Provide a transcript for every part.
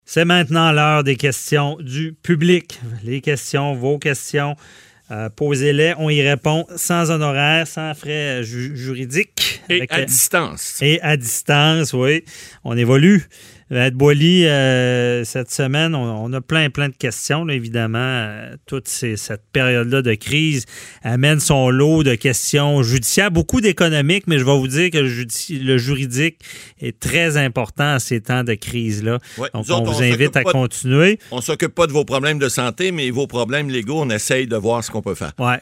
C'est maintenant l'heure des questions du public. Les questions, vos questions, posez-les. On y répond sans honoraires, sans frais juridiques. Et à distance. Et à distance, oui. On évolue. Ed Boily, cette semaine, on a plein de questions. Là, évidemment, toute cette période-là de crise amène son lot de questions judiciaires, beaucoup d'économiques, mais je vais vous dire que le juridique est très important à ces temps de crise-là. Ouais, donc, on vous invite à continuer. On ne s'occupe pas de vos problèmes de santé, mais vos problèmes légaux, on essaye de voir ce qu'on peut faire. Oui,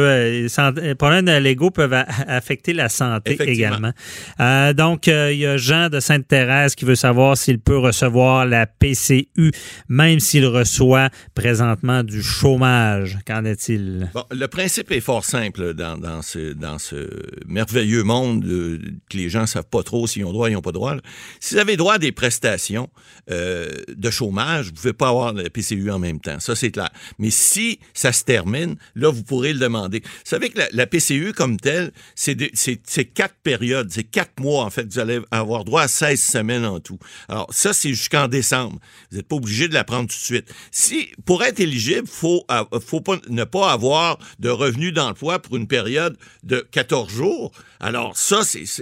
les problèmes légaux peuvent affecter la santé également. Donc, il y a Jean de Sainte-Thérèse qui veut savoir s'il peut recevoir la PCU, même s'il reçoit présentement du chômage. Qu'en est-il? Bon, le principe est fort simple dans ce merveilleux monde que les gens ne savent pas trop s'ils ont droit ou ils n'ont pas droit. Là. Si vous avez droit à des prestations de chômage, vous ne pouvez pas avoir la PCU en même temps. Ça, c'est clair. Mais si ça se termine, là, vous pourrez le demander. Vous savez que la PCU comme telle, c'est 4 périodes, c'est 4 mois, en fait, vous allez avoir droit à 16 semaines en tout. Alors, ça, c'est jusqu'en décembre. Vous n'êtes pas obligé de la prendre tout de suite. Pour être éligible, faut ne pas avoir de revenus d'emploi pour une période de 14 jours. Alors, ça,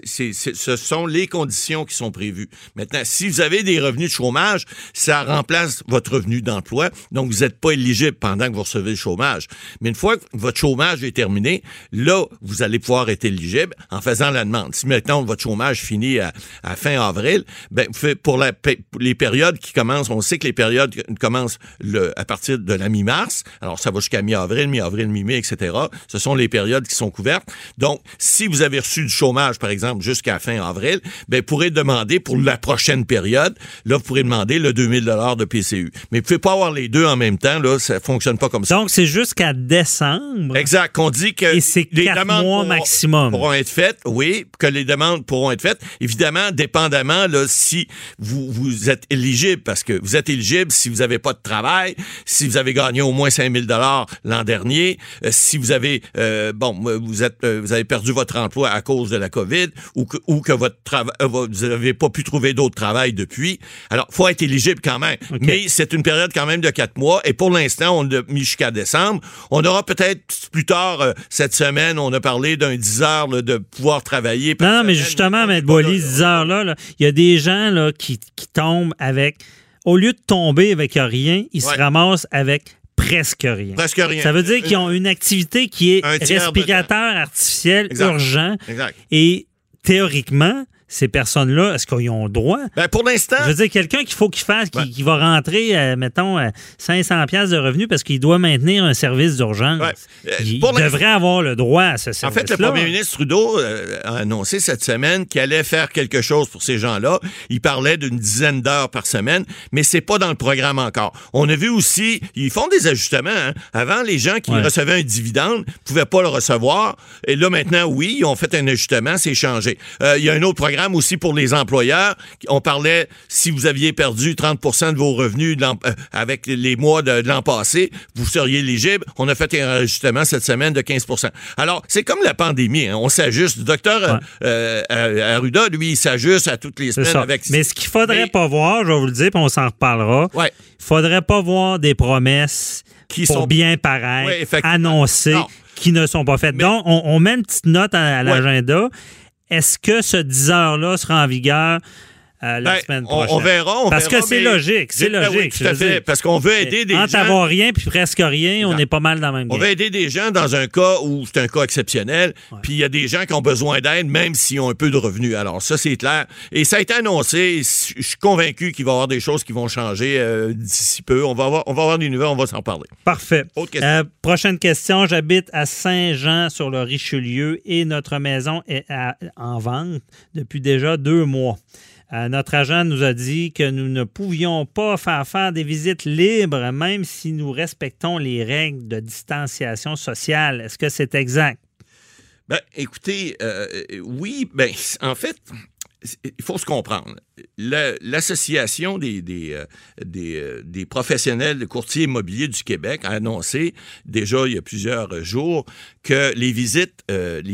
ce sont les conditions qui sont prévues. Maintenant, si vous avez des revenus de chômage, ça remplace votre revenu d'emploi. Donc, vous n'êtes pas éligible pendant que vous recevez le chômage. Mais une fois que votre chômage est terminé, là, vous allez pouvoir être éligible en faisant la demande. Si, maintenant, votre chômage finit à fin avril, ben, pour les périodes qui commencent, on sait que les périodes commencent à partir de la mi-mars. Alors, ça va jusqu'à mi-avril, mi-mai, etc. Ce sont les périodes qui sont couvertes. Donc, si vous avez reçu du chômage, par exemple, jusqu'à fin avril, ben, vous pourrez demander pour la prochaine période, là, vous pourrez demander le 2000 $ de PCU. Mais vous ne pouvez pas avoir les deux en même temps, là, ça ne fonctionne pas comme ça. Donc, c'est jusqu'à décembre. Exact. On dit que et c'est les 4 demandes mois maximum. pourront être faites, oui, que les demandes pourront être faites. Évidemment, dépendamment, là, si vous êtes éligible, parce que vous êtes éligible si vous n'avez pas de travail, si vous avez gagné au moins 5 000 $ l'an dernier, si vous avez, vous avez perdu votre emploi à cause de la COVID ou que votre travail, vous n'avez pas pu trouver d'autre travail depuis. Alors, il faut être éligible quand même. Okay. Mais c'est une période quand même de 4 mois et pour l'instant, on l'a mis jusqu'à décembre. On aura peut-être plus tard, cette semaine, on a parlé d'un 10 heures là, de pouvoir travailler. Non, mais justement, M. Boily, 10 heures là, il y a des gens là, qui tombent avec, au lieu de tomber avec rien, ils se ramassent avec presque rien. Presque rien. Ça veut dire qu'ils ont une activité qui est respirateur artificiel urgent. Exact. Et théoriquement, ces personnes-là, est-ce qu'ils ont le droit? Ben pour l'instant... Je veux dire, quelqu'un qu'il faut qu'il fasse, qui va rentrer, mettons, 500 $ de revenus parce qu'il doit maintenir un service d'urgence. Il devrait avoir le droit à ce service-là. En fait, le premier ministre Trudeau a annoncé cette semaine qu'il allait faire quelque chose pour ces gens-là. Il parlait d'une dizaine d'heures par semaine, mais c'est pas dans le programme encore. On a vu aussi, ils font des ajustements. Hein. Avant, les gens qui recevaient un dividende pouvaient pas le recevoir. Et là, maintenant, oui, ils ont fait un ajustement, c'est changé. Il y a un autre programme aussi pour les employeurs. On parlait, si vous aviez perdu 30 % de vos revenus avec les mois de l'an passé, vous seriez éligible. On a fait un ajustement cette semaine de 15 %. Alors, c'est comme la pandémie. Hein. On s'ajuste. Le docteur Arruda, lui, il s'ajuste à toutes les semaines. Mais ce qu'il faudrait pas voir, je vais vous le dire, puis on s'en reparlera, il faudrait pas voir des promesses qui sont bien paraître, annoncées, qui ne sont pas faites. Donc, on met une petite note à l'agenda. Est-ce que ce 10 heures-là sera en vigueur la semaine prochaine? On verra. Parce que c'est logique. C'est logique. Oui, tout à fait. Parce qu'on veut aider des gens. Entre avoir rien puis presque rien, on est pas mal dans le même game. On veut aider des gens dans un cas où c'est un cas exceptionnel. Puis il y a des gens qui ont besoin d'aide, même s'ils ont un peu de revenus. Alors, ça, c'est clair. Et ça a été annoncé. Je suis convaincu qu'il va y avoir des choses qui vont changer d'ici peu. On va avoir des nouvelles. On va s'en parler. Parfait. Autre question. Prochaine question. J'habite à Saint-Jean-sur-le-Richelieu et notre maison est en vente depuis déjà 2 mois. Notre agent nous a dit que nous ne pouvions pas faire des visites libres, même si nous respectons les règles de distanciation sociale. Est-ce que c'est exact? Ben, écoutez, oui, ben, en fait, il faut se comprendre. L'association des professionnels de courtiers immobiliers du Québec a annoncé déjà il y a plusieurs jours que les visites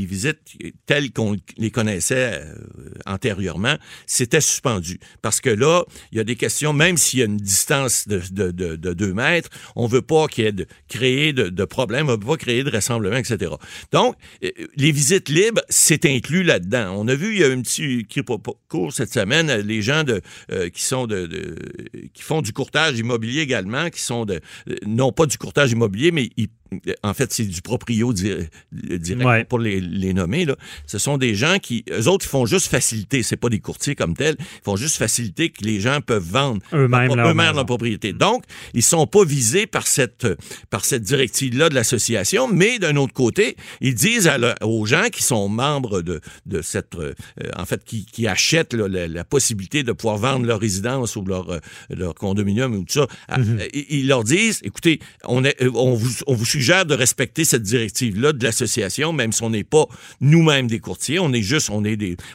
telles qu'on les connaissait antérieurement, c'était suspendu. Parce que là, il y a des questions, même s'il y a une distance de 2 mètres, on ne veut pas qu'il y ait créer de problèmes, on ne veut pas créer de rassemblements, etc. Donc, les visites libres, c'est inclus là-dedans. On a vu, il y a un petit cours cette semaine, les gens qui font du courtage immobilier également, qui sont non pas du courtage immobilier, mais en fait, c'est du proprio direct pour les nommer. Là. Ce sont des gens qui, eux autres, ils font juste faciliter. C'est pas des courtiers comme tels. Ils font juste faciliter que les gens peuvent vendre eux-mêmes leur propriété. Donc, ils sont pas visés par cette directive-là de l'association, mais d'un autre côté, ils disent aux gens qui sont membres de cette... en fait, qui achètent la possibilité de pouvoir vendre leur résidence ou leur condominium ou tout ça, ils leur disent, écoutez, on vous suggère de respecter cette directive-là de l'association, même si on n'est pas nous-mêmes des courtiers, on est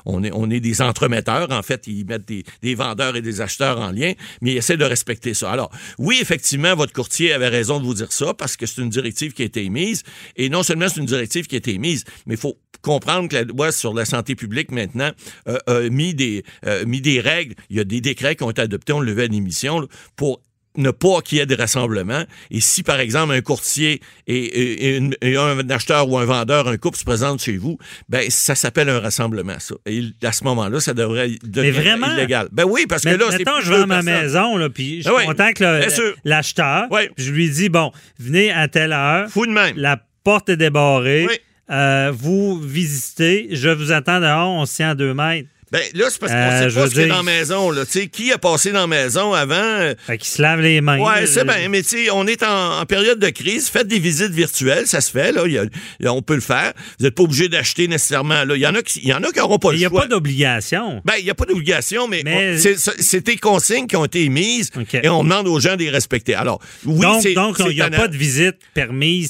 des entremetteurs. En fait, ils mettent des vendeurs et des acheteurs en lien, mais ils essaient de respecter ça. Alors, oui, effectivement, votre courtier avait raison de vous dire ça, parce que c'est une directive qui a été émise, et non seulement c'est une directive qui a été émise, mais il faut comprendre que la loi sur la santé publique, maintenant, a mis des règles. Il y a des décrets qui ont été adoptés, on le vu à l'émission, là, pour ne pas qu'il y ait de rassemblement. Et si, par exemple, un courtier et un acheteur ou un vendeur, un couple se présente chez vous, ben ça s'appelle un rassemblement, ça. Et à ce moment-là, ça devrait devenir illégal. Ben oui, parce que là, c'est mettons, je vends ma maison, là, puis je contacte l'acheteur, je lui dis, bon, venez à telle heure. Fou de même. La porte est débarrée. Oui. Vous visitez, je vous attends dehors, on se tient à 2 mètres. Ben là, c'est parce qu'on sait pas ce qu'il y a dans la maison. Là. Qui a passé dans la maison avant? Fait qu'il se lave les mains. Oui, c'est bien, mais on est en période de crise. Faites des visites virtuelles, ça se fait. Là. On peut le faire. Vous n'êtes pas obligé d'acheter nécessairement. Là. Il y en a qui n'auront pas le choix. Il n'y a pas d'obligation. Ben, il n'y a pas d'obligation, mais c'est des consignes qui ont été émises et on demande aux gens de les respecter. Alors, oui, donc il n'y a pas de visite permise.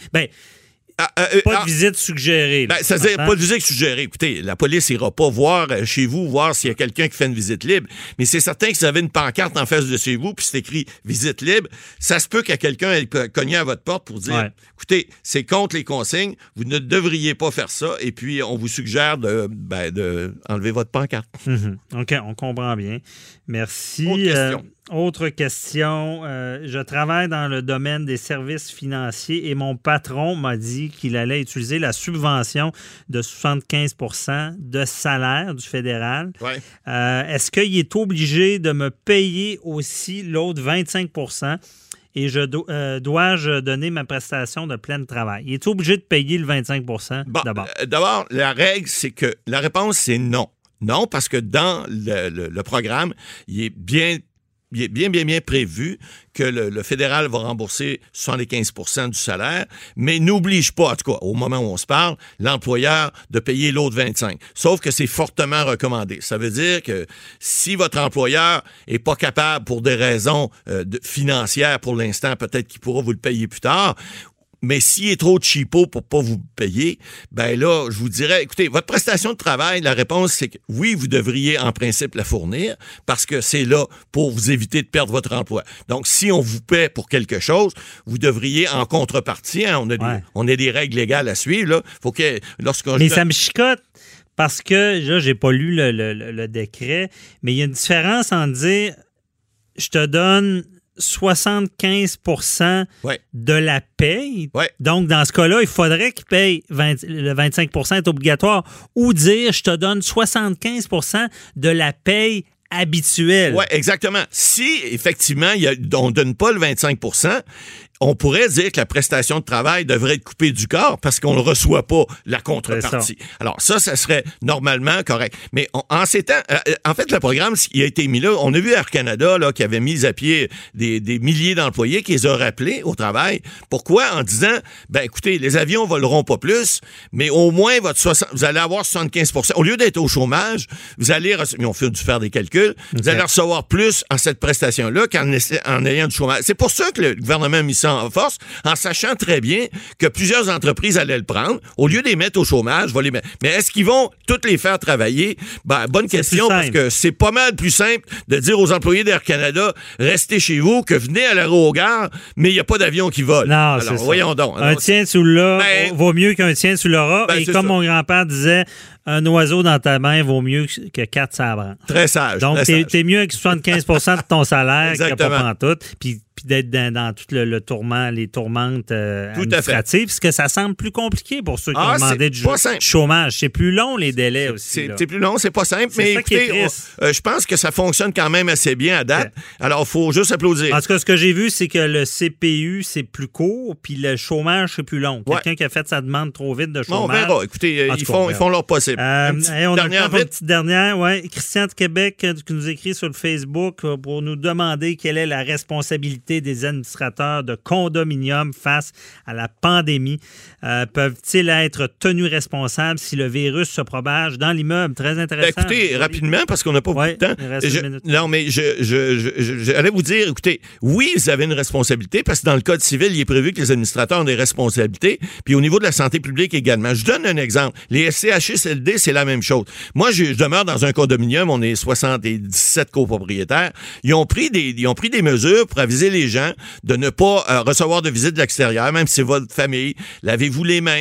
Pas de visite suggérée. Ben, c'est-à-dire, pas de visite suggérée. Écoutez, la police n'ira pas voir chez vous, voir s'il y a quelqu'un qui fait une visite libre. Mais c'est certain que si vous avez une pancarte en face de chez vous, puis c'est écrit « visite libre », ça se peut qu'il y ait quelqu'un ait cogné à votre porte pour dire « Écoutez, c'est contre les consignes, vous ne devriez pas faire ça, et puis on vous suggère de enlever votre pancarte. » OK, on comprend bien. Merci. Autre question. Autre question. Je travaille dans le domaine des services financiers et mon patron m'a dit qu'il allait utiliser la subvention de 75 % de salaire du fédéral. Ouais. Est-ce qu'il est obligé de me payer aussi l'autre 25 % et dois-je donner ma prestation de plein travail? Il est obligé de payer le 25 % d'abord? D'abord, la règle, c'est que la réponse, c'est non. Non, parce que dans le programme, il est bien prévu que le fédéral va rembourser 75 % du salaire, mais n'oblige pas, en tout cas, au moment où on se parle, l'employeur de payer l'autre 25. Sauf que c'est fortement recommandé. Ça veut dire que si votre employeur est pas capable pour des raisons financières pour l'instant, peut-être qu'il pourra vous le payer plus tard. Mais s'il est trop cheapo pour pas vous payer, ben là, je vous dirais, écoutez, votre prestation de travail, la réponse, c'est que oui, vous devriez en principe la fournir parce que c'est là pour vous éviter de perdre votre emploi. Donc, si on vous paie pour quelque chose, vous devriez en contrepartie, on a des règles légales à suivre, là. Faut que Mais ça me chicote. Parce que, là, j'ai pas lu le décret, mais il y a une différence en dire, je te donne 75 % de la paye. Ouais. Donc, dans ce cas-là, il faudrait qu'il paye le 25 % est obligatoire. Ou dire, je te donne 75 % de la paye habituelle. Oui, exactement. Si, effectivement, on ne donne pas le 25 %, on pourrait dire que la prestation de travail devrait être coupée du corps parce qu'on ne reçoit pas la contrepartie. Alors ça serait normalement correct. Mais en ces temps, en fait, le programme qui a été mis là, on a vu Air Canada là, qui avait mis à pied des milliers d'employés qui les a rappelés au travail. Pourquoi? En disant, ben écoutez, les avions ne voleront pas plus, mais au moins vous allez avoir 75 %. Au lieu d'être au chômage, vous allez, ils ont dû faire des calculs, vous allez recevoir plus en cette prestation-là qu'en ayant du chômage. C'est pour ça que le gouvernement a mis ça ça en force, en sachant très bien que plusieurs entreprises allaient le prendre. Au lieu de les mettre au chômage, va les mettre. Mais est-ce qu'ils vont toutes les faire travailler? Bonne question, parce que c'est pas mal plus simple de dire aux employés d'Air Canada, restez chez vous, que venez à l'aérogare, mais il n'y a pas d'avion qui vole. Non, alors, c'est voyons ça. donc. Un tien sous le vaut mieux qu'un tien sous le rat. Et comme mon grand-père disait, un oiseau dans ta main vaut mieux que 4 sur la branche. Très sage. Donc, t'es mieux avec 75 de ton salaire que pas pantoute. Puis d'être dans tout le tourment, les tourmentes administratives, parce que ça semble plus compliqué pour ceux qui ont demandé du chômage. C'est plus long, les délais aussi. C'est plus long, c'est pas simple, mais écoutez, je pense que ça fonctionne quand même assez bien à date. Alors, il faut juste applaudir. En tout cas, ce que j'ai vu, c'est que le CPU, c'est plus court, puis le chômage, c'est plus long. Quelqu'un qui a fait sa demande trop vite de chômage. On verra. Écoutez, ils font leur possible. On a une petite dernière. Christian de Québec qui nous écrit sur le Facebook pour nous demander quelle est la responsabilité des administrateurs de condominiums face à la pandémie. Peuvent-ils être tenus responsables si le virus se propage dans l'immeuble? Très intéressant. Écoutez, rapidement, parce qu'on n'a pas beaucoup de temps. Non, mais j'allais vous dire, écoutez, oui, vous avez une responsabilité, parce que dans le Code civil, il est prévu que les administrateurs ont des responsabilités, puis au niveau de la santé publique également. Je donne un exemple. Les CHSLD, c'est la même chose. Moi, je demeure dans un condominium, on est 77 copropriétaires. Ils ont pris des mesures pour aviser les gens de ne pas recevoir de visite de l'extérieur, même si c'est votre famille. Lavez-vous les mains.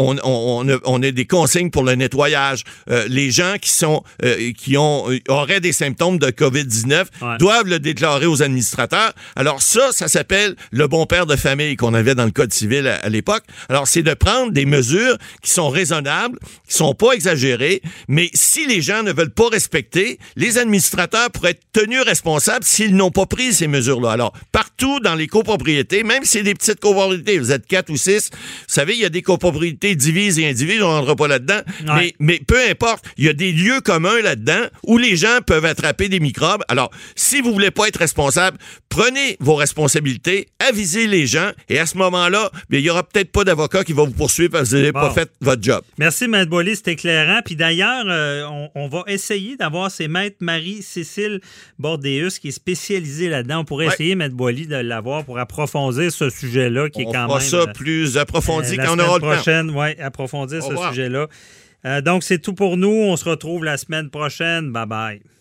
On a des consignes pour le nettoyage. Les gens qui auraient des symptômes de COVID-19 doivent le déclarer aux administrateurs. Alors ça s'appelle le bon père de famille qu'on avait dans le Code civil à l'époque. Alors, c'est de prendre des mesures qui sont raisonnables, qui sont pas exagérées, mais si les gens ne veulent pas respecter, les administrateurs pourraient être tenus responsables s'ils n'ont pas pris ces mesures-là. Alors, partout dans les copropriétés, même si c'est des petites copropriétés, vous êtes 4 ou 6, vous savez, il y a des copropriétés divises et indivises, on ne rentre pas là-dedans, mais peu importe, il y a des lieux communs là-dedans où les gens peuvent attraper des microbes. Alors, si vous voulez pas être responsable, prenez vos responsabilités, avisez les gens, et à ce moment-là, il y aura peut-être pas d'avocat qui va vous poursuivre parce que vous n'avez pas fait votre job. Merci, Maître Boily, c'est éclairant. Puis d'ailleurs, on va essayer d'avoir ces Maître Marie-Cécile Bordéus qui est spécialisée là-dedans. On pourrait essayer, Maître Boily, de l'avoir pour approfondir ce sujet-là qui est quand même... On fera ça plus approfondi quand on aura le temps. Oui, approfondir ce sujet-là. Donc, c'est tout pour nous. On se retrouve la semaine prochaine. Bye-bye.